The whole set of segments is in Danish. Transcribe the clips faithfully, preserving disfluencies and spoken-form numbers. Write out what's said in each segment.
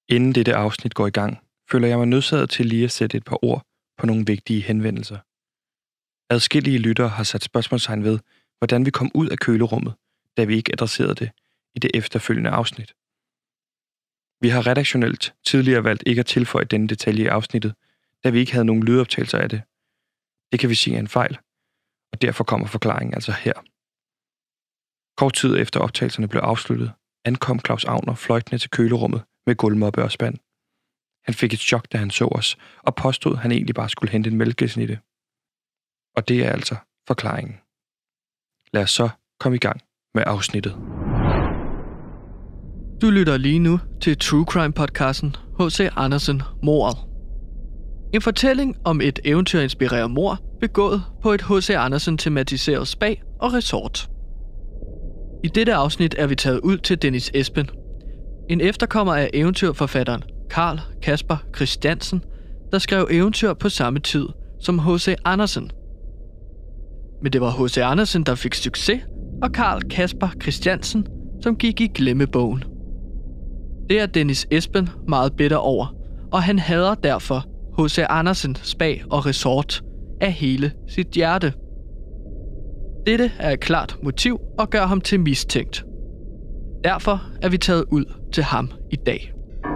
Inden dette afsnit går i gang, føler jeg mig nødsaget til lige at sætte et par ord på nogle vigtige henvendelser. Adskillige lyttere har sat spørgsmålstegn ved, hvordan vi kom ud af kølerummet, da vi ikke adresserede det i det efterfølgende afsnit. Vi har redaktionelt tidligere valgt ikke at tilføje denne detalje i afsnittet, da vi ikke havde nogen lydoptagelser af det. Det kan vi sige er en fejl, og derfor kommer forklaringen altså her. Kort tid efter optagelserne blev afsluttet, ankom Claus Agner fløjtende til kølerummet med gulvmoppe og spand. Han fik et chok, da han så os, og påstod, at han egentlig bare skulle hente en mælkesnitte. Og det er altså forklaringen. Lad os så komme i gang med afsnittet. Du lytter lige nu til True Crime-podcasten H C Andersen Mordet. En fortælling om et eventyrinspireret mord begået på et H C Andersen-tematiseret spa og resort. I dette afsnit er vi taget ud til Dennis Esben, en efterkommer af eventyrforfatteren Carl Casper Christiansen, der skrev eventyr på samme tid som H C Andersen. Men det var H C Andersen, der fik succes, og Carl Casper Christiansen, som gik i glemmebogen. Det er Dennis Esben meget bitter over, og han hader derfor H C Andersen Spa og Resort af hele sit hjerte. Dette er et klart motiv og gør ham til mistænkt. Derfor er vi taget ud til ham i dag.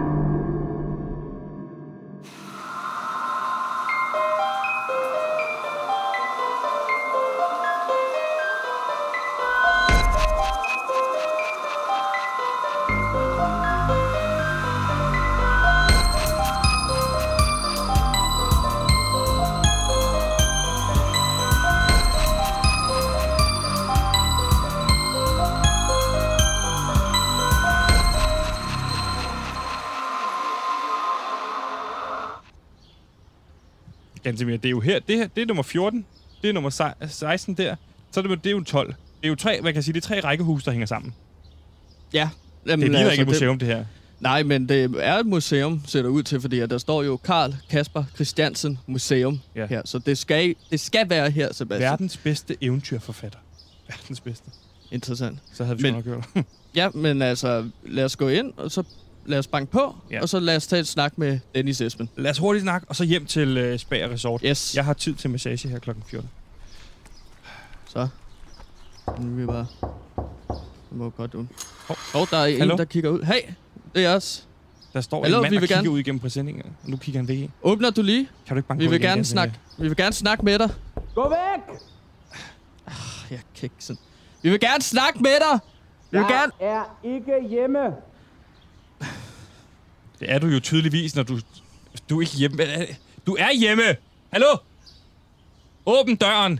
Gantemir, det er jo her, det her, det er nummer fjorten, det er nummer seksten der, så er det, det er jo tolv. Det er jo tre, hvad kan jeg sige, det er tre rækkehuse, der hænger sammen. Ja. Jamen, det ligner altså ikke et museum, det, det her. Nej, men det er et museum, ser det ud til, fordi der står jo Carl Casper Christiansen Museum ja. her, så det skal, det skal være her, Sebastian. Verdens bedste eventyrforfatter. Verdens bedste. Interessant. Så havde vi men, nok gjort. Ja, men altså, lad os gå ind, og så lad os banke på, ja. og så lad os tage et snak med Dennis Esben. Lad os hurtigt snakke, og så hjem til uh, Spa Resort. Yes. Jeg har tid til massage her klokken fjorten. Så. Nu er vi bare... Det må godt ud. Hov, oh, der er Hallo? en, der kigger ud. Hey, det er os. Der står Hallo, en mand, der kigger gerne... ud igennem præsendingen. Nu kigger han væk i. Åbner du lige? Kan du ikke banke vi på vil igen, gerne snakke. Vi vil gerne snakke med dig. Gå væk! Ah, jeg kan ikke sådan. Vi vil gerne snakke med dig! Vi vil jeg gerne... er ikke hjemme. Det er du jo tydeligvis, når du... Du er ikke hjemme. Du er hjemme! Hallo? Åbn døren!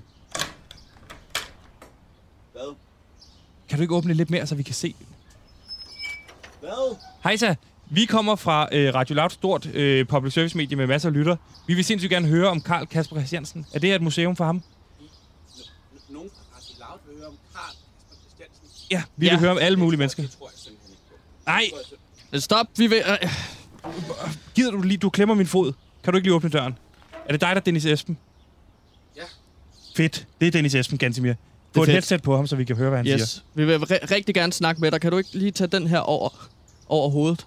Hvad? Kan du ikke åbne lidt mere, så vi kan se? Hvad? Hejsa! Vi kommer fra øh, Radio Loud, stort øh, public service medie med masser af lytter. Vi vil sindssygt gerne høre om Carl Casper Christiansen. Er det her et museum for ham? Nogen fra Radio Loud vil høre om Carl Casper Christiansen? Ja, vi ja. vil høre om alle mulige mennesker. Det tror jeg simpelthen ikke på. Nej! Stop, vi vil... Øh. Gider du lige... Du klemmer min fod. Kan du ikke lige åbne døren? Er det dig, der er Dennis Esben? Ja. Fedt. Det er Dennis Esben, Gantemir. Få et headset på ham, så vi kan høre, hvad han yes. siger. Vi vil r- rigtig gerne snakke med dig. Kan du ikke lige tage den her over, over hovedet?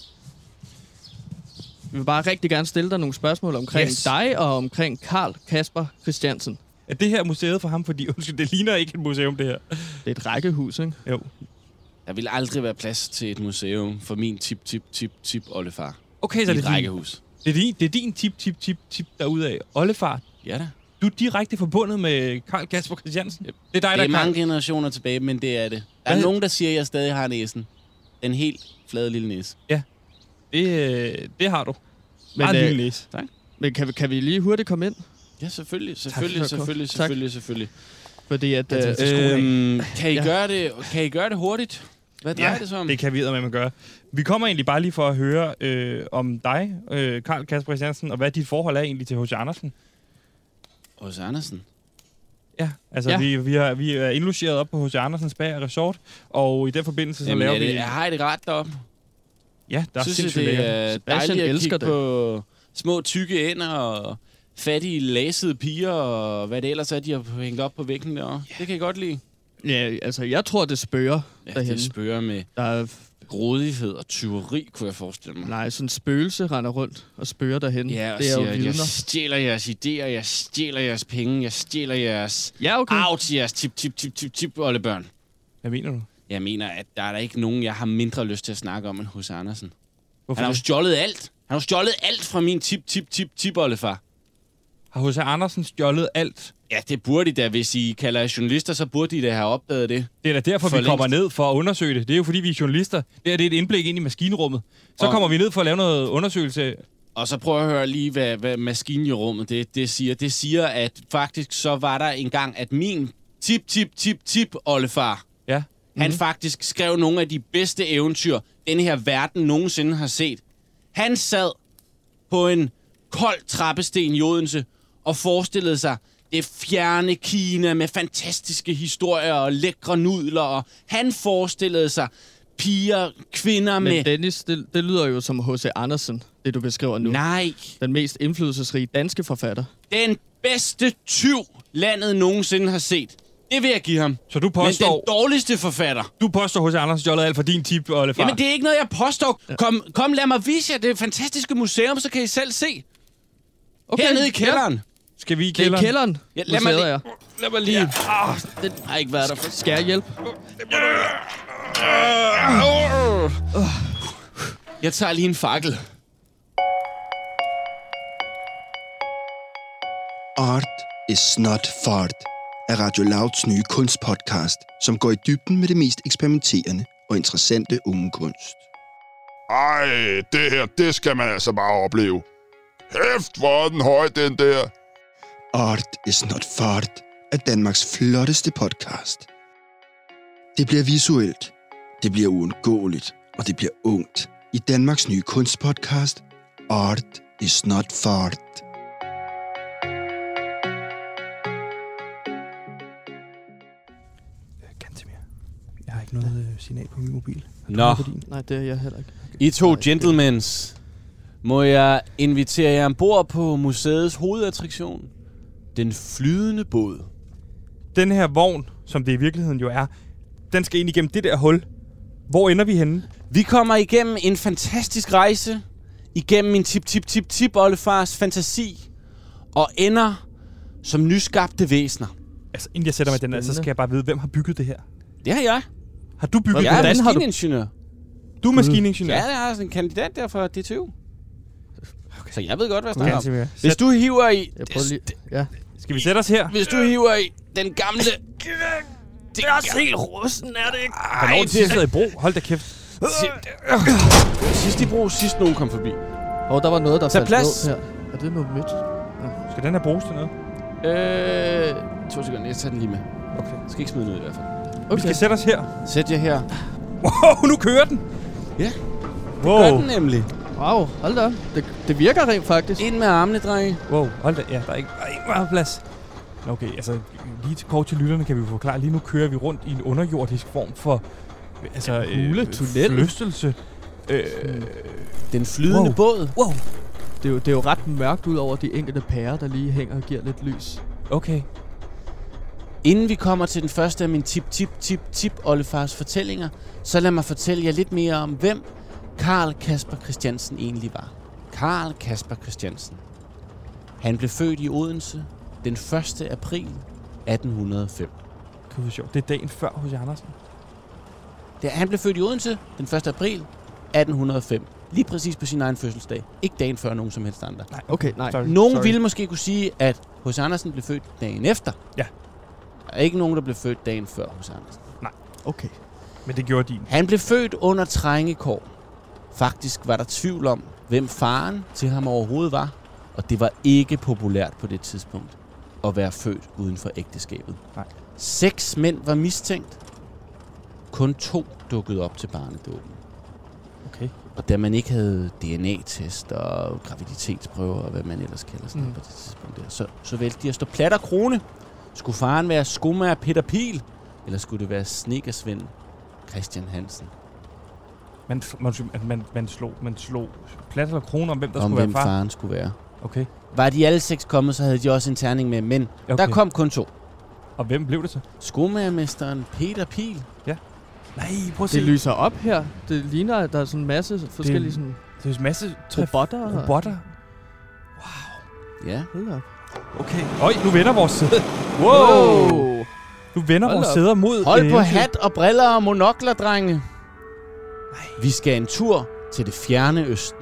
Vi vil bare rigtig gerne stille dig nogle spørgsmål omkring yes. dig og omkring Carl Casper Christiansen. Er det her museet for ham? Fordi undskyld, det ligner ikke et museum, det her. Det er et rækkehus, ikke? Jo. Der vil aldrig være plads til et museum for min tip, tip, tip, tip, oldefar. Okay, så I det et er rækkehus. Det er din, det er din tip, tip, tip, tip derudaf. Oldefar. Ja da. Du er direkte forbundet med Carl Casper Christiansen. Yep. Det er dig, det der er mange Carl. Generationer tilbage, men det er det. Der er Hvad? nogen, der siger, at jeg stadig har næsen. Den helt flade lille næse. Ja, det, det har du. Men, Meget øh, lille næse. Tak. Men kan, kan vi lige hurtigt komme ind? Ja, selvfølgelig. Selvfølgelig, Tak. selvfølgelig, Tak. selvfølgelig, selvfølgelig. Fordi at... Øh, Øh, Øhm, kan, I Ja. gøre det, kan I gøre det hurtigt? Hvad drejer Ja, det sig om? det kan vi eddermame gøre. Vi kommer egentlig bare lige for at høre øh, om dig, øh, Carl Casper Christiansen, og hvad dit forhold er egentlig til H C Andersen. Hos Andersen? Ja, altså Ja. Vi, vi, har, vi er indlogeret op på H C Andersens Spa og Resort, og i den forbindelse så Jamen, laver er det, vi... Har I det ret deroppe? Ja, der er Synes sindssygt I, det lækkert. er Sebastian dejligt at elsker kigge det. på små tykke ender og fattige lasede piger og hvad det ellers er, de har hængt op på væggen derovre. Yeah. Det kan jeg godt lide. ja, altså jeg tror, det spørger Ja, derhenne. det spørger med. Der er grådighed og tyveri, kunne jeg forestille mig. Nej, sådan en spøgelse render rundt og spørger derhen. Ja, og det er siger, jo jeg vidner. stjæler jeres idéer, jeg stjæler jeres penge, jeg stjæler jeres Ja, okay. arv til jeres tip, tip, tip, tip, tip, oldebørn. Hvad mener du? Jeg mener, at der er der ikke nogen, jeg har mindre lyst til at snakke om end H C. Andersen. Hvorfor Han har jo det? stjålet alt. Han har jo stjålet alt fra min tip, tip, tip, tip, oldefar. Har H C. Andersen stjålet alt? Ja, det burde de da. Hvis I kalder jer journalister, så burde de da have opdaget det. Det er da derfor, For vi kommer længst. ned for at undersøge det. Det er jo fordi, vi er journalister. Det er, det er et indblik ind i maskinrummet. Så Og- kommer vi ned for at lave noget undersøgelse. Og så prøv at høre lige, hvad, hvad maskinrummet det, det siger. Det siger, at faktisk så var der engang, at min tip, tip, tip, tip, oldefar, Ja. han faktisk skrev nogle af de bedste eventyr, den her verden nogensinde har set. Han sad på en kold trappesten i Odense og forestillede sig det fjerne Kina med fantastiske historier og lækre nudler. Og han forestillede sig piger, kvinder Men med... Dennis, det, det lyder jo som H C. Andersen, det du beskriver nu. Nej, Den mest indflydelsesrige danske forfatter. den bedste tyv, landet nogensinde har set. Det vil jeg give ham. Så du Men den påstår, dårligste forfatter. du påstår H C. Andersen stjålet alt fra din tip, oldefar? Jamen, det er ikke noget, jeg påstår. Kom, kom, lad mig vise jer det fantastiske museum, så kan I selv se. Okay. Hernede i kælderen. Skal vi i Det er kælderen? i kælderen, Ja, lad mig museet lige- er. Lad mig lige... Ah, Den har ikke været der for... Skal jeg hjælpe? Jeg tager lige en fakkel. Art is not fart er Radio Louds nye kunstpodcast, som går i dybden med det mest eksperimenterende og interessante unge kunst. Ej, det her, det skal man altså bare opleve. Hæft, hvor er den høj, den der. Art is not fart er Danmarks flotteste podcast. Det bliver visuelt, det bliver uundgåeligt, og det bliver ungt i Danmarks nye kunstpodcast Art is not fart. Gantemir. Jeg har ikke noget øh, signal på min mobil. Har du Nå. noget på din? Nej, det er jeg heller ikke. I to Nej, gentlemens, må jeg invitere jer ombord på museets hovedattraktion. Den flydende båd. Den her vogn, som det i virkeligheden jo er, den skal ind igennem det der hul. Hvor ender vi henne? Vi kommer igennem en fantastisk rejse, igennem min tip-tip-tip-tip oldefars fantasi, og ender som nyskabte væsener. Altså, inden jeg sætter mig i den her, så skal jeg bare vide, hvem har bygget det her? Det har jeg. Har du bygget Jeg er det? Hvordan har du- maskiningeniør. Du er maskiningeniør. Ja, jeg er sådan en kandidat der fra D tyve. Okay. Så jeg ved godt, hvad jeg snakker om. Gantemir. Hvis du hiver i... Jeg prøver lige... Ja. Skal vi sætte os her? Hvis du hiver i den gamle... Det er helt rusten, er det ikke? Hvornår er det sidst været i brug? Hold da kæft. Sidst i brug, sidst nogen kom forbi. Og der var noget, der Tag faldt plads. ned her. Er det noget midt? Skal den her bruges til noget? Øh... To sekunder, jeg tager den lige med. Okay. Jeg skal ikke smide den ud i hvert fald. Okay. Vi skal sætte os her. Sæt jer her. Wow, nu kører den. Ja. Wow. Gør den nemlig. Wow, hold da op. Det, det virker rent faktisk. Ind med armene, drenge. Wow, hold da. Ja, der er ikke, der er ikke meget plads. Nå, okay, altså lige til kort til lytterne kan vi forklare. Lige nu kører vi rundt i en underjordisk form for altså, hule, tunnel. flystelse. Øh, Den flydende Wow. båd. wow. Det er, jo, det er jo ret mørkt ud over de enkelte pærer, der lige hænger og giver lidt lys. Okay. Inden vi kommer til den første af mine tip-tip-tip-tip oldefars fortællinger, så lad mig fortælle jer lidt mere om, hvem Carl Casper Christiansen egentlig var. Carl Casper Christiansen. Han blev født i Odense den første april atten hundrede og fem. Det er sjovt. Det er dagen før hos Andersen. Det, han blev født i Odense den første april atten hundrede og fem. Lige præcis på sin egen fødselsdag. Ikke dagen før nogen som helst andre. Nej, Okay, nej. Sorry. Nogen Sorry. ville måske kunne sige, at H C. Andersen blev født dagen efter. Ja. Der er ikke nogen, der blev født dagen før H C. Andersen. Okay. Men det gjorde din. Han blev født under trængekår. Faktisk var der tvivl om, hvem faren til ham overhovedet var. Og det var ikke populært på det tidspunkt at være født uden for ægteskabet. Nej. Seks mænd var mistænkt. Kun to dukkede op til barnedåben. Okay. Og da man ikke havde D N A-test og graviditetsprøver og hvad man ellers kalder sådan Mm. mm. på det tidspunkt der, så, så valgte de at stå plat og krone. Skulle faren være skomager Peter Pil, eller skulle det være snedkersvend Christian Hansen? Man, man, man, man, slog, man slog plat eller kroner om, hvem der Om skulle hvem være far. faren skulle være. Okay. Var de alle seks kommet, så havde de også en terning med, men okay. der kom kun to. Og hvem blev det så? Skomagermesteren Peter Pil. Ja. Nej, prøv at se. Det lyser op her. Det ligner, at der er sådan en masse forskellige sådan Det er en masse robotter. robotter. Ja. Hold op. Okay. Øj, nu vender vores sæder. Wow! Wow. Nu vender Hold vores op. sæder mod... Hold øh, på hat og briller og monokler, drenge. Nej. Vi skal en tur til det fjerne østen.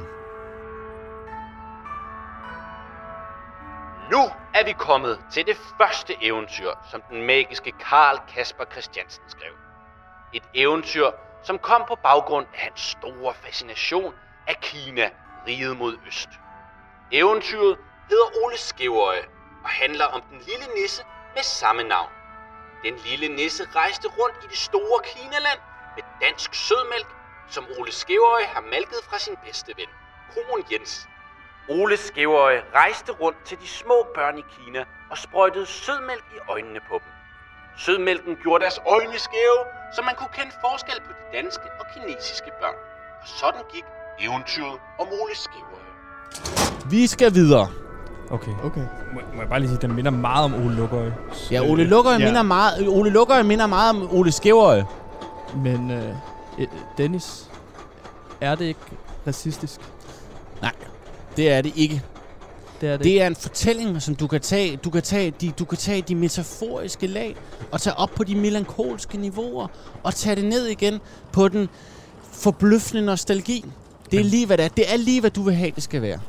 Nu er vi kommet til det første eventyr, som den magiske Carl Casper Christiansen skrev. Et eventyr, som kom på baggrund af hans store fascination af Kina, riget mod øst. Eventyret hedder Ole Skæverøje og handler om den lille nisse med samme navn. Den lille nisse rejste rundt i det store Kinaland med dansk sødmælk, som Ole Skæverøje har malket fra sin bedste ven, Kron Jens. Ole Skæverøje rejste rundt til de små børn i Kina og sprøjtede sødmælk i øjnene på dem. Sødmælken gjorde deres øjne skæve, så man kunne kende forskel på de danske og kinesiske børn. Og sådan gik eventyret om Ole Skæverøje. Vi skal videre. Okay. Okay. Må, må jeg bare lige sige, den minder meget om Ole Lukøje. Ja, Ole Lukøje ja. minder meget, Ole Lukøje minder meget om Ole Skæverøje. Men øh, Dennis, er det ikke racistisk? Nej, det er det ikke. Det er det, Det er en fortælling, som du kan tage, du kan tage, de, du kan tage de metaforiske lag og tage op på de melankolske niveauer og tage det ned igen på den forbløffende nostalgi. Det er lige hvad det er. Det er lige hvad du vil have det skal være.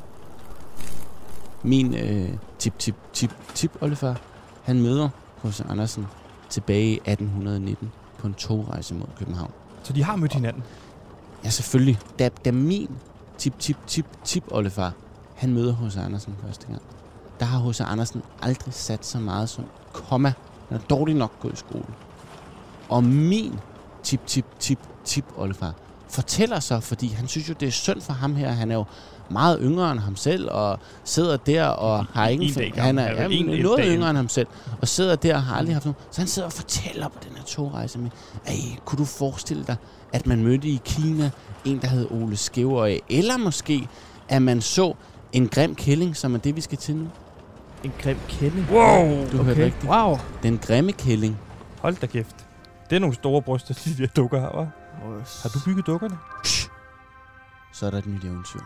Min øh, tip tip tip tip oldefar, han møder H C Andersen tilbage i atten nitten på en togrejse mod København. Så de har mødt hinanden? Ja, selvfølgelig. Da, da min tip tip tip tip oldefar, han møder H C Andersen første gang, der har H C Andersen aldrig sat så meget som komma. Han er dårligt nok gået i skole. Og min tip tip tip tip oldefar fortæller så, fordi han synes jo, det er synd for ham her. Han er jo meget yngre end ham selv, og sidder der og har ingen... dag Han er, gammel. Han er ja, en- noget dagen. yngre end ham selv, og sidder der og har aldrig haft nogen. Så han sidder og fortæller på den her togrejse med, ej, kunne du forestille dig, at man mødte i Kina en, der hed Ole Skæverøje, eller måske, at man så en grim kælling, som er det, vi skal til nu. en grim kælling. Wow! Du hørte rigtigt. Wow. Den grimme kælling. Hold da kæft. Det er nogle store bryster, de der dukker her, hva'? Har du bygget dukkerne? Så er der et nyt eventyr.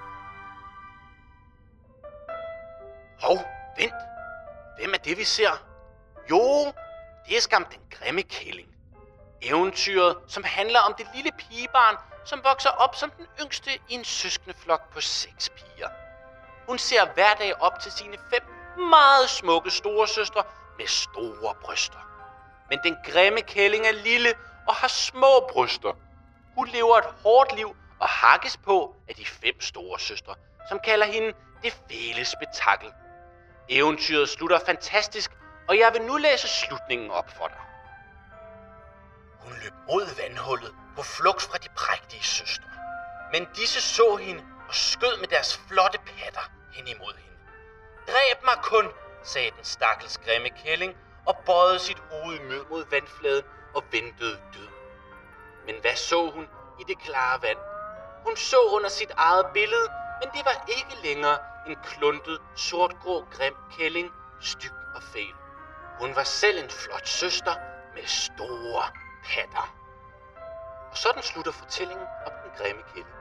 Hov, vent. Hvem er det, vi ser? Jo, det er skam den grimme kælling. Eventyret, som handler om det lille pigebarn, som vokser op som den yngste i en søskendeflok på seks piger. Hun ser hver dag op til sine fem meget smukke storesøstre med store bryster. Men den grimme kælling er lille og har små bryster. Hun lever et hårdt liv og hakkes på af de fem storesøstre, som kalder hende det fæle spektakel. Eventyret slutter fantastisk, og jeg vil nu læse slutningen op for dig. Hun løb mod vandhullet på flugt fra de prægtige søstre. Men disse så hende og skød med deres flotte patter hen imod hende. Dræb mig kun, sagde den stakkels grimme kælling og bøjede sit hoved ned mod vandfladen og ventede død. Men hvad så hun i det klare vand? Hun så under sit eget billede, men det var ikke længere en kluntet, sortgrå, grim kælling, styg og fæl. Hun var selv en flot søster med store patter. Og sådan slutter fortællingen om den grimme kælling.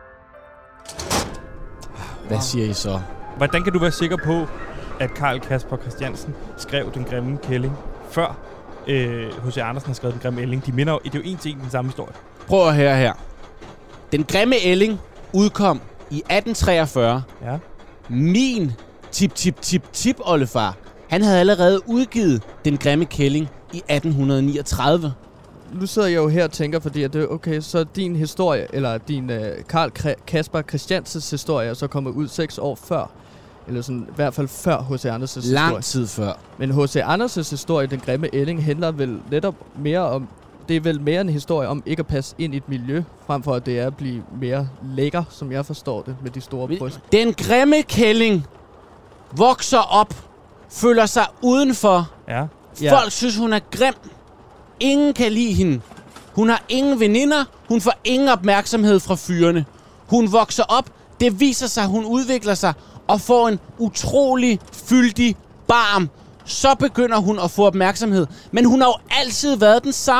Hvad siger I så? Hvordan kan du være sikker på, at Carl Casper Christiansen skrev Den grimme kælling, før øh, H C Andersen har skrevet Den grimme ælling? De minder jo, det er jo en til en den samme historie. Prøv at høre her. Den grimme ælling udkom i atten treogfyrre. Ja. Min tip tip tip tip oldefar, han havde allerede udgivet Den grimme kælling i atten niogtredive. Nu sidder jeg jo her og tænker, fordi at det, okay, så din historie, eller din uh, Carl Kre- Casper Christiansens historie, er så kommet ud seks år før. Eller sådan, i hvert fald før H C Andersens historie. Lang tid før. Men H C Andersens historie, Den grimme ælling, handler vel netop mere om... Det er vel mere en historie om ikke at passe ind i et miljø, frem for at det er at blive mere lækker, som jeg forstår det, med de store bryster. Den grimme kælling vokser op, føler sig udenfor. Ja. Ja. Folk synes, hun er grim. Ingen kan lide hende. Hun har ingen veninder. Hun får ingen opmærksomhed fra fyrene. Hun vokser op. Det viser sig, hun udvikler sig og får en utrolig fyldig barm. Så begynder hun at få opmærksomhed. Men hun har jo altid været den samme.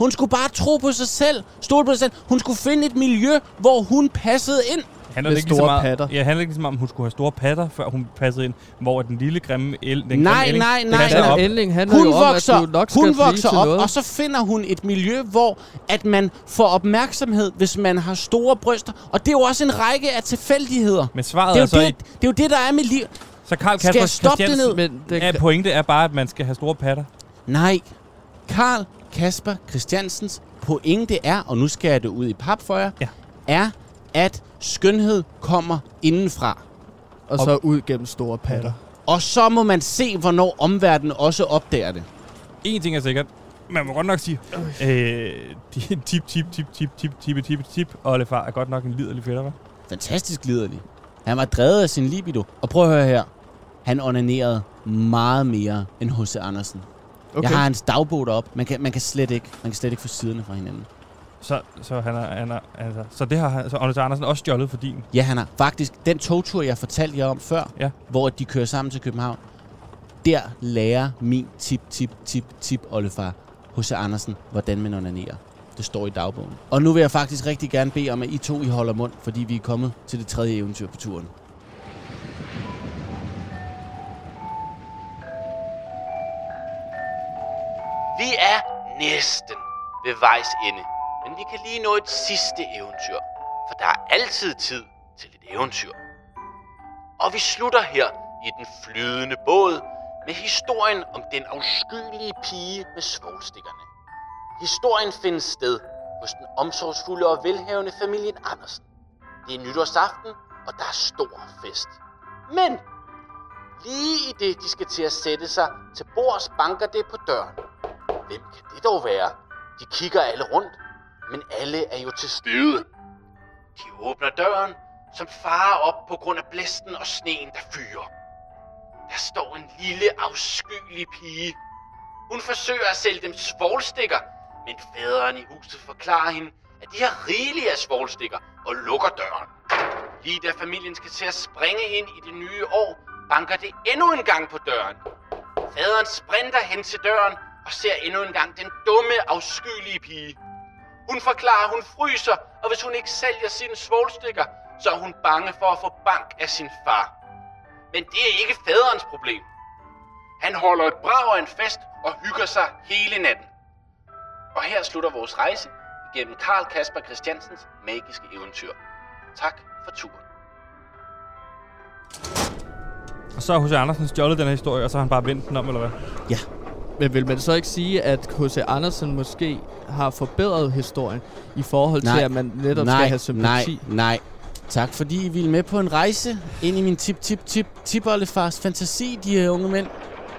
Hun skulle bare tro på sig selv. Stole på sig selv. Hun skulle finde et miljø, hvor hun passede ind. Handler Med det ikke store lige så patter. meget, ja, handler det ikke så meget om, hun skulle have store patter, før hun passede ind, hvor den lille grimme el, den Nej, grimme ælling, nej, den nej, passer nej. op. Endling handler Hun jo om, vokser, at du nok skal hun blive vokser til op, noget. og så finder hun et miljø, hvor at man får opmærksomhed, hvis man har store bryster. Og det er jo også en række af tilfældigheder. Men svaret Det er, er, så jo det, ikke... det er jo det, der er med liv. Så Carl Skal Kasper jeg stoppe det ned? Men det, Ja, pointe er bare, at man skal have store patter. Nej. Carl Kasper Christiansens pointe er, og nu skal jeg det ud i pap for jer, Ja. er, at skønhed kommer indenfra. og så ud gennem store patter. Og så må man se, hvornår omverdenen også opdager det. En ting er sikkert. Man må godt nok sige, øh, tip, tip, tip, tip, tip, tip, tip, tip, tip, oldefar er godt nok en liderlig fætter, hva'? Fantastisk liderlig. Han var drevet af sin libido. Og prøv at høre her. Han onanerede meget mere end H C Andersen. Okay. Jeg har hans dagbog deroppe. Man kan, man kan slet ikke, man kan slet ikke få siderne fra hinanden. Så, så han er, han er, altså, så det har han- så Anders Andersen også stjålet for din. Ja, han har faktisk den togtur, jeg fortalte jer om før, Ja. hvor de kører sammen til København. Der lærer min tip, tip, tip, tip oldefar H C Andersen, hvordan man onanerer. Det står i dagbogen. Og nu vil jeg faktisk rigtig gerne bede om, at I to I holder mund, fordi vi er kommet til det tredje eventyr på turen. Vi er næsten ved vejs ende, men vi kan lige nå et sidste eventyr, for der er altid tid til et eventyr. Og vi slutter her i den flydende båd med historien om den afskyelige pige med svovlstikkerne. Historien findes sted hos den omsorgsfulde og velhavende familien Andersen. Det er nytårsaften, og der er stor fest. Men lige i det, de skal til at sætte sig til bords, banker det på døren. Hvem kan det dog være? De kigger alle rundt, men alle er jo til stede. De åbner døren, som farer op på grund af blæsten og sneen, der fyrer. Der står en lille, afskyelig pige. Hun forsøger at sælge dem svovlstikker, men faderen i huset forklarer hende, at de har rigeligt af svovlstikker og lukker døren. Lige da familien skal til at springe ind i det nye år, banker det endnu en gang på døren. Faderen sprinter hen til døren og ser endnu en gang den dumme, afskyelige pige. Hun forklarer, at hun fryser, og hvis hun ikke sælger sine svovlstikker, så er hun bange for at få bank af sin far. Men det er ikke faderens problem. Han holder et brag af en fest og hygger sig hele natten. Og her slutter vores rejse igennem Carl Kasper Christiansens magiske eventyr. Tak for turen. Og så har H C Andersen stjålet den her historie, og så har han bare vendt den om, eller hvad? Ja. Men vil man så ikke sige, at H C Andersen måske har forbedret historien i forhold Nej. til, at man netop nej, skal have sympati? Nej, nej. Tak fordi I ville med på en rejse ind i min tip, tip, tip, tip oldefars fantasi, de her unge mænd.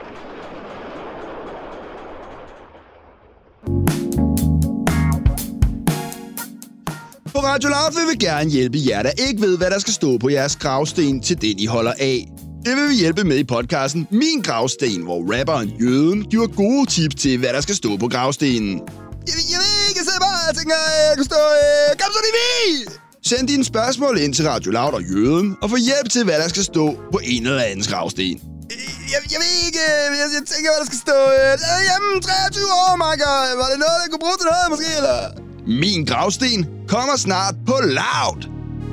På Radio Loud vil vi gerne hjælpe jer, der ikke ved, hvad der skal stå på jeres gravsten til den, I holder af. Det vil vi hjælpe med i podcasten Min Gravsten, hvor rapperen Jøden giver gode tips til, hvad der skal stå på gravstenen. Jeg, jeg ved ikke, jeg sidder bare og tænker, jeg kan stå... Øh, kom så, det vi! Send dine spørgsmål ind til Radio Loud og Jøden, og få hjælp til, hvad der skal stå på en eller anden gravsten. Jeg, jeg ved ikke, jeg, jeg tænker, hvad der skal stå... Øh, jamen, treogtyve år, Marker. Var det noget, der kunne bruge til noget, måske, eller... Min Gravsten kommer snart på Loud.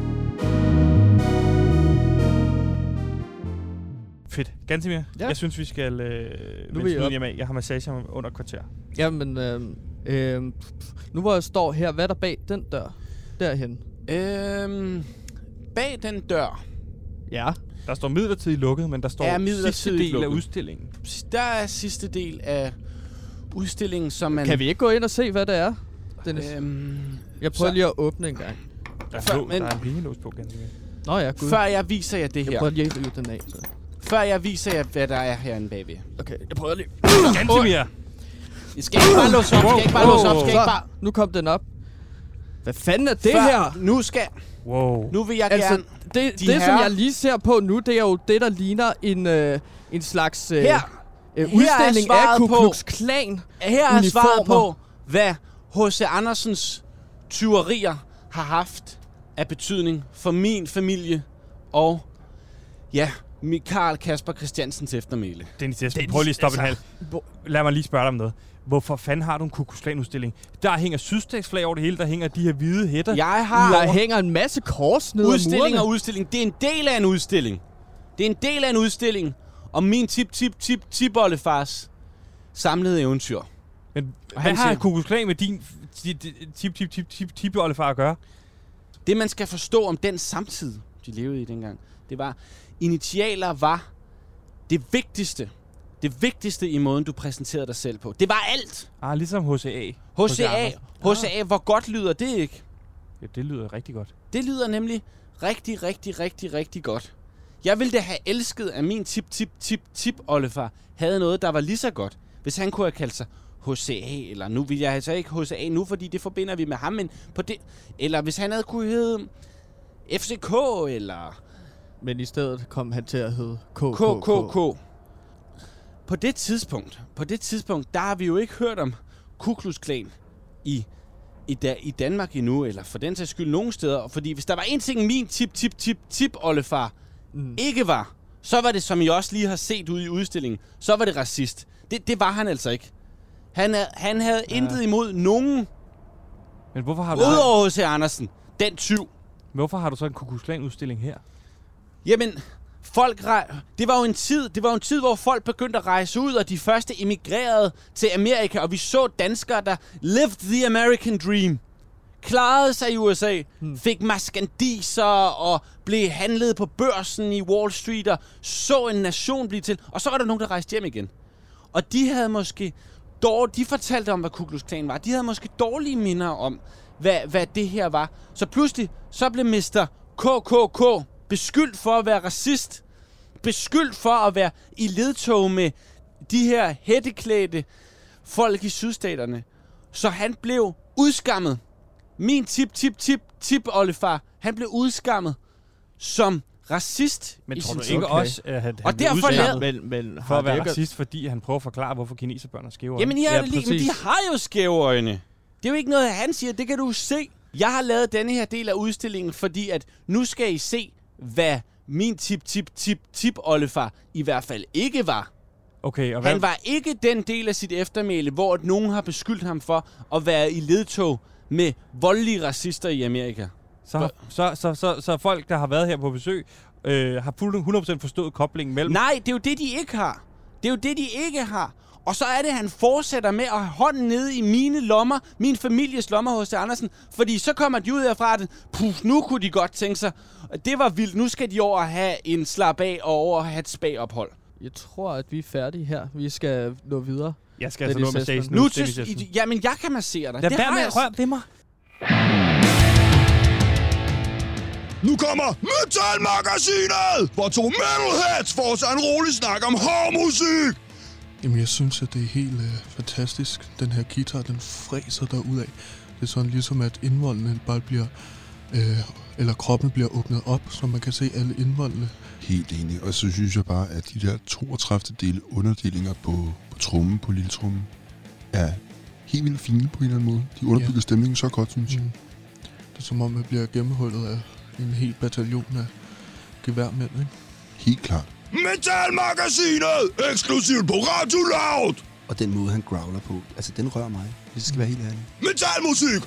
Fedt. Gansimir, Ja. jeg synes, vi skal øh, Nu vil vende jeg snuden op. hjem af. Jeg har massage om under et kvarter. Jamen, øh, øh, nu hvor jeg står her, hvad er der bag den dør? Derhen. Øhm, bag den dør Ja. Der står midlertidigt lukket, men der står Er sidste midlertidigt del af lukket. udstillingen. der er sidste del af udstillingen, som man... Kan vi ikke gå ind og se, hvad det er, Dennis? Øhm, Jeg prøver så- lige at åbne en gang. Der er, Før- lå, men- der er en pengelås på, Gansimir. Nå ja, gud. før jeg viser jer det Jeg her, prøver lige at rive den af. Så. før jeg viser jer, hvad der er herinde bagved. Okay, jeg prøver lige. Gansimir! I skal ikke bare låse op, I skal ikke bare låse op, I skal ikke bare... Så, nu kom den op. Hvad fanden er det Før- her? Nu skal... Wow. Nu vil jeg Altså, gerne... det, de det som herrer- jeg lige ser på nu, det er jo det, der ligner en, øh, en slags øh, Her, øh, her er udstilling af svaret Ku på- Klux Klan. her er svaret på, uniformer. hvad H C Andersens tyverier har haft af betydning for min familie og, ja, Carl Kasper Christiansens eftermæle. Dennis Jesper, prøv lige at stoppe en halv. Hvor- Lad mig lige spørge dig om noget. Hvorfor fanden har du en Ku Klux Klan-udstilling? Der hænger sydstatsflag over det hele, der hænger de her hvide hætter. Jeg har... Der hænger en masse kors ned ad Udstilling og udstilling. Det er en del af en udstilling. Det er en del af en udstilling om min tip-tip-tip-tip-oldefars samlede eventyr. Men hvad han har siger- Ku Klux Klan med din tip-tip-tip-tip-tip-oldefar at gøre? Det, man skal forstå om den samtid, de levede i dengang, det var, initialer var det vigtigste. Det vigtigste i måden, du præsenterede dig selv på. Det var alt. Ah, ligesom H C A. H C A. H C A, hvor godt lyder det ikke? Ja, det lyder rigtig godt. Det lyder nemlig rigtig, rigtig, rigtig, rigtig godt. Jeg ville da have elsket, at min tip-tip-tip-tip-oldefar havde noget, der var lige så godt. Hvis han kunne have kaldt sig H C A, eller nu vil jeg altså ikke H C A nu, fordi det forbinder vi med ham, men på det, eller hvis han havde kunne hedde F C K, eller Men i stedet kom han til at hedde K K K K. På det tidspunkt, på det tidspunkt, der har vi jo ikke hørt om Ku Klux Klan i, i, da, i Danmark endnu, eller for den sags skyld nogen steder. Fordi hvis der var en ting, min tip-tip-tip-tip-oldefar mm. ikke var, så var det, som I også lige har set ude i udstillingen, så var det racist. Det, det var han altså ikke. Han, er, han havde ja. intet imod nogen, Men hvorfor har du udover H C Andersen, den tyv. Hvorfor har du så en Ku Klux Klan udstilling her? Jamen, folk rej- det var jo en tid, det var jo en tid, hvor folk begyndte at rejse ud, og de første emigrerede til Amerika, og vi så danskere, der lived the American dream. Klarede sig i U S A, hmm. fik maskandiser og blev handlet på børsen i Wall Street og så en nation blive til. Og så var der nogen, der rejste hjem igen. Og de havde måske dår- de fortalte om, hvad Ku Klux Klan var. De havde måske dårlige minder om, hvad, hvad det her var. Så pludselig, så blev mister K K K beskyldt for at være racist. Beskyldt for at være i ledtog med de her hætteklædte folk i sydstaterne. Så han blev udskammet. Min tip-tip-tip-tip-oldefar, han blev udskammet som racist. Men i tror du sin ikke tid. også, at han Og blev derfor udskammet lavede- Men, men for at være det ikke- racist, fordi han prøver at forklare, hvorfor kineserbørn er skæve øjne? Jamen, ja, Ja, lige, men de præcis. har jo skæve øjne. Det er jo ikke noget, han siger. Det kan du se. Jeg har lavet denne her del af udstillingen, fordi at nu skal I se, hvad min tip-tip-tip-tip-oldefar i hvert fald ikke var. Okay, og hvad? Han var ikke den del af sit eftermæle, hvor nogen har beskyldt ham for at være i ledtog med voldelige racister i Amerika. Så, så, så, så, så folk, der har været her på besøg, øh, har hundrede procent forstået koblingen mellem... Nej, det er jo det, de ikke har. Det er jo det, de ikke har. Og så er det, han fortsætter med at have hånden nede i mine lommer, min families lommer hos Andersen, fordi så kommer de ud herfra, at puh, nu kunne de godt tænke sig, det var vildt, nu skal de over at have en slap af og over at have et spag-ophold. Jeg tror, at vi er færdige her. Vi skal nå videre. Jeg skal Det altså er nå med de Stasen. Nu til, jamen, jeg kan massere dig. Lad Det være har med jeg at røre ved mig. Nu kommer Metal-magasinet, hvor to metalheads får sig en rolig snak om hård musik. Jamen, jeg synes, at det er helt øh, fantastisk. Den her guitar, den fræser derudad. Det er sådan ligesom, at indvoldene bare bliver... Øh, eller kroppen bliver åbnet op, så man kan se alle indvoldene. Helt enig. Og så synes jeg bare, at de der toogtredive dele underdelinger på, på trummen, på lille trummen, er helt vildt fine på en eller anden måde. De underbygger ja. stemningen så godt, synes jeg. Mm. Det er som om, man bliver gennemhullet af en hel bataljon af geværmænd, ikke? Helt klart. Metal-magasinet, eksklusivt på Radio Loud. Og den måde, han growler på, altså den rører mig, hvis jeg skal være helt ærlig. Metalmusik.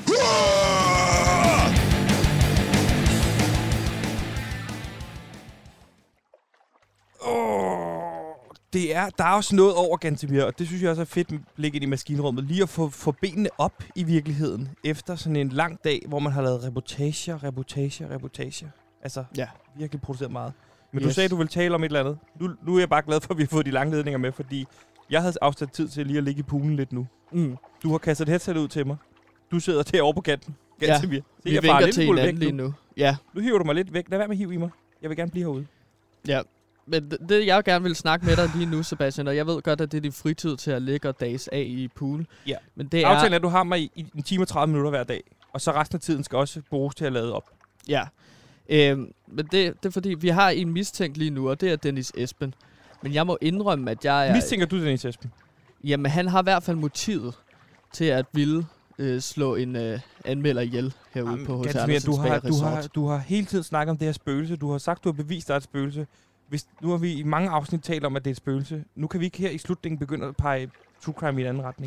Oh, det er, der er også noget over Gantemir, og det synes jeg også er fedt med blik ind i maskinrummet. Lige at få, få benene op i virkeligheden, efter sådan en lang dag, hvor man har lavet reportager, reportager, reportager. Altså, ja. virkelig produceret meget. Men Yes. du sagde, du ville tale om et eller andet. Nu, nu er jeg bare glad for, at vi har fået de lange ledninger med, fordi jeg havde afsat tid til lige at ligge i poolen lidt nu. Mm. Du har kastet et headset ud til mig. Du sidder derovre på kanten. Ja, Gantemir. Se, vi jeg farer vinker lidt til smule hinanden væk lige nu. Ja. Nu hiver du mig lidt væk. Lad være med at hive i mig. Jeg vil gerne blive herude. Ja, men det, det jeg gerne vil snakke med dig lige nu, Sebastian, og jeg ved godt, at det er din fritid til at ligge og dages af i pool. Ja. Men det er... Aftalen er, at du har mig i, i en time og tredive minutter hver dag. Og så resten af tiden skal også bruges til at lade op. Ja. Øhm, men det, det er fordi, vi har en mistænkt lige nu, og det er Dennis Esben. Men jeg må indrømme, at jeg er... Mistænker du Dennis Esben? Jamen, han har i hvert fald motivet til at ville øh, slå en øh, anmelder ihjel herude Jamen, på H C Gantemir, Andersens du har, Bager du, har, Resort. du har hele tiden snakket om det her spøgelse. Du har sagt, du har bevist, der er et spøgelse. Hvis, nu har vi i mange afsnit talt om, at det er et spøgelse. Nu kan vi ikke her i slutningen begynde at pege true crime i en anden retning.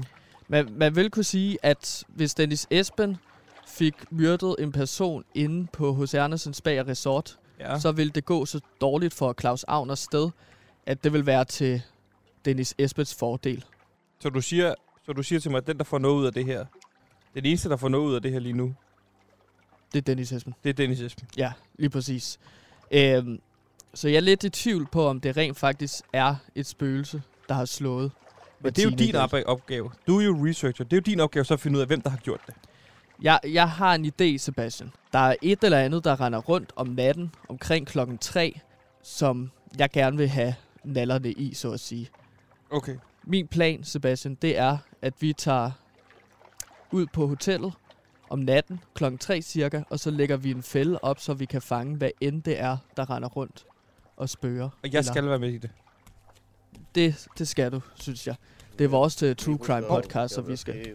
Man, man vil kunne sige, at hvis Dennis Esben fik myrdet en person inde på H C Andersens Spa og Resort, ja. så ville det gå så dårligt for Claus Agners sted, at det vil være til Dennis Esbens fordel. Så du siger, så du siger til mig, at den, der får noget ud af det her, det er det eneste, der får noget ud af det her lige nu? Det er Dennis Esben. Det er Dennis Esben. Ja, lige præcis. Øhm, så jeg er lidt i tvivl på, om det rent faktisk er et spøgelse, der har slået. Men det er jo din arbejde, opgave. Du er jo researcher. Det er jo din opgave så at finde ud af, hvem der har gjort det. Jeg, jeg har en idé, Sebastian. Der er et eller andet, der render rundt om natten omkring klokken tre, som jeg gerne vil have nallerne i, så at sige. Okay. Min plan, Sebastian, det er, at vi tager ud på hotellet om natten klokken tre cirka, og så lægger vi en fælde op, så vi kan fange, hvad end det er, der render rundt og spørger. Og jeg skal være med i det. Det, det skal du, synes jeg. Det er vores uh, True Crime podcast, så vi skal...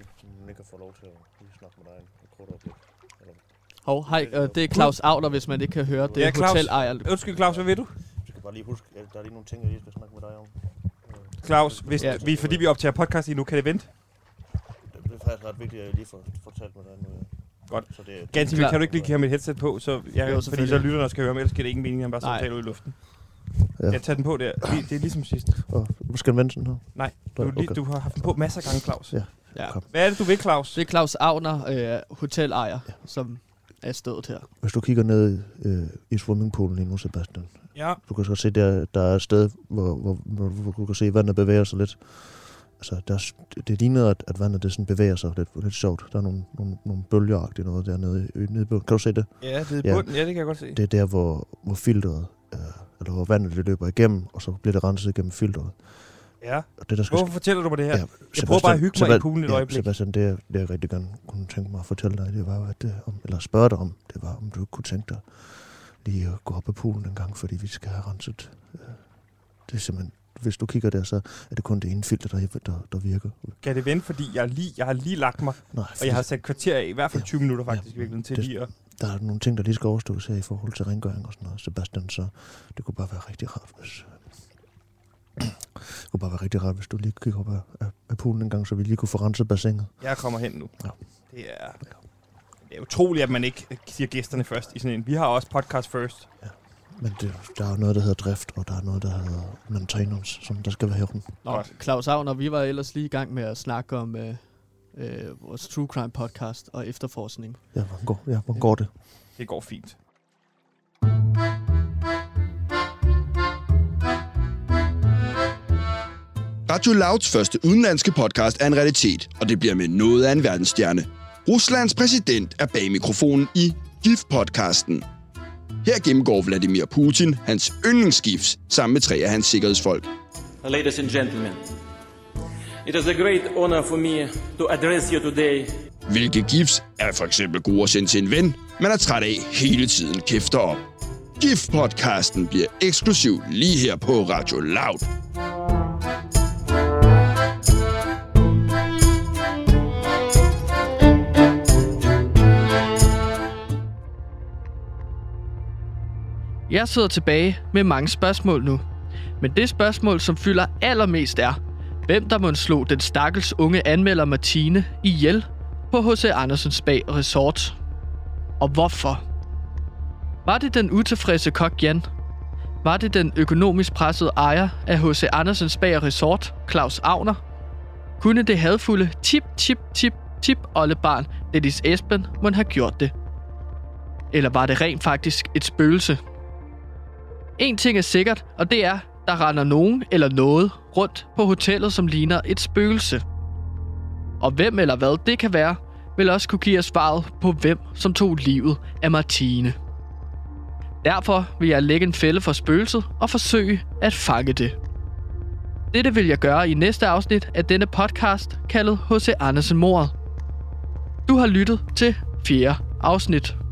Hov, hej, øh, det er Claus Agner, hvis man ikke kan høre. Det er ja, Claus. Hotelejer. Undskyld, Claus, hvad ved du? Jeg skal bare lige huske, at der er lige nogle ting, jeg lige skal snakke med dig om. Claus, hvis ja. vi, fordi vi optager podcast lige nu, kan det vente? Det, det er faktisk ret vigtigt, at jeg lige får fortalt med dig nu. Godt. Så det, Ganske kan du ikke lige have mit headset på, så jeg, jo, fordi så lytterne skal høre, men ellers giver det ingen mening, at han bare samtaler ud i luften. Ja. Jeg tager den på der. Det er ligesom sidst. Oh, skal den vende sådan her? Nej, du, okay. du har haft den på masser af gange, Claus. Ja. Ja. Hvad er det, du vil, Claus? Det er Claus Agner, øh, hotelejer, ja. som er stedet her. Hvis du kigger ned øh, i swimmingpoolen lige nu, Sebastian. Ja. Du kan så se, der, der er et sted, hvor, hvor, hvor, hvor du kan se, at vandet bevæger sig lidt. Altså, der, det ligner, at, at vandet det sådan bevæger sig lidt, lidt sjovt. Der er nogle, nogle, nogle bølgeagtige noget dernede i nede i bunden. Kan du se det? Ja, det er bunden. Ja, ja, det kan jeg godt se. Det er der, hvor, hvor filteret, øh, eller hvor vandet det løber igennem, og så bliver det renset igennem filteret. Ja. Og det, der skal Hvorfor fortæller du mig det her? Ja, jeg prøver bare at hygge mig i poolen et ja, øjeblik. Sebastian, det, det jeg rigtig gerne kunne tænke mig at fortælle dig, det var, at det, om, eller spørge dig om, det var, om du kunne tænke dig lige at gå op på poolen en gang, fordi vi skal have renset. Det er simpelthen, hvis du kigger der, så er det kun det ene filter, der, der, der virker. Kan det vente, fordi jeg, lige, jeg har lige lagt mig, Nej, og jeg har sat kvarter af, i hvert fald tyve ja, minutter faktisk, ja, virkelig, til det, lige at... Der er nogle ting, der lige skal overstås her i forhold til rengøring og sådan noget, Sebastian, så det kunne bare være rigtig rart, hvis... Det kunne bare være rigtig rart, hvis du lige kigger op af, af, af poolen en gang, så vi lige kunne få renset bassinet. Jeg kommer hen nu. Ja. Det er, det er utroligt, at man ikke siger gæsterne først i sådan en. Vi har også podcast first. Ja. Men det, der er noget, der hedder drift, og der er noget, der hedder maintenance, som der skal være herunden. Nå, Claus Agner, vi var ellers lige i gang med at snakke om øh, øh, vores True Crime podcast og efterforskning. Ja, hvordan går, ja, hvordan går det? Det går fint. Radio Louds første udenlandske podcast er en realitet, og det bliver med noget af en verdensstjerne. Ruslands præsident er bag mikrofonen i GIF-podcasten. Her gennemgår Vladimir Putin hans yndlingsgifs sammen med tre af hans sikkerhedsfolk. Ladies and gentlemen, it is a great honor for me to address you today. Hvilke gifs er for eksempel gode at sende til en ven, man er træt af hele tiden kæfter op. GIF-podcasten bliver eksklusiv lige her på Radio Loud. Jeg sidder tilbage med mange spørgsmål nu. Men det spørgsmål, som fylder allermest er, hvem der må slå den stakkels unge anmelder Martine ihjel på H C Andersens Spa Resort. Og hvorfor? Var det den utilfredse kok Jan? Var det den økonomisk pressede ejer af H C Andersens Spa Resort, Claus Agner? Kunne det hadfulde tip, tip, tip, tip oldebarn Dennis Esben må have gjort det? Eller var det rent faktisk et spøgelse? En ting er sikkert, og det er, der render nogen eller noget rundt på hotellet, som ligner et spøgelse. Og hvem eller hvad det kan være, vil også kunne give os svaret på, hvem som tog livet af Martine. Derfor vil jeg lægge en fælde for spøgelset og forsøge at fange det. Dette vil jeg gøre i næste afsnit af denne podcast, kaldet H C Andersen-mordet. Du har lyttet til fjerde afsnit.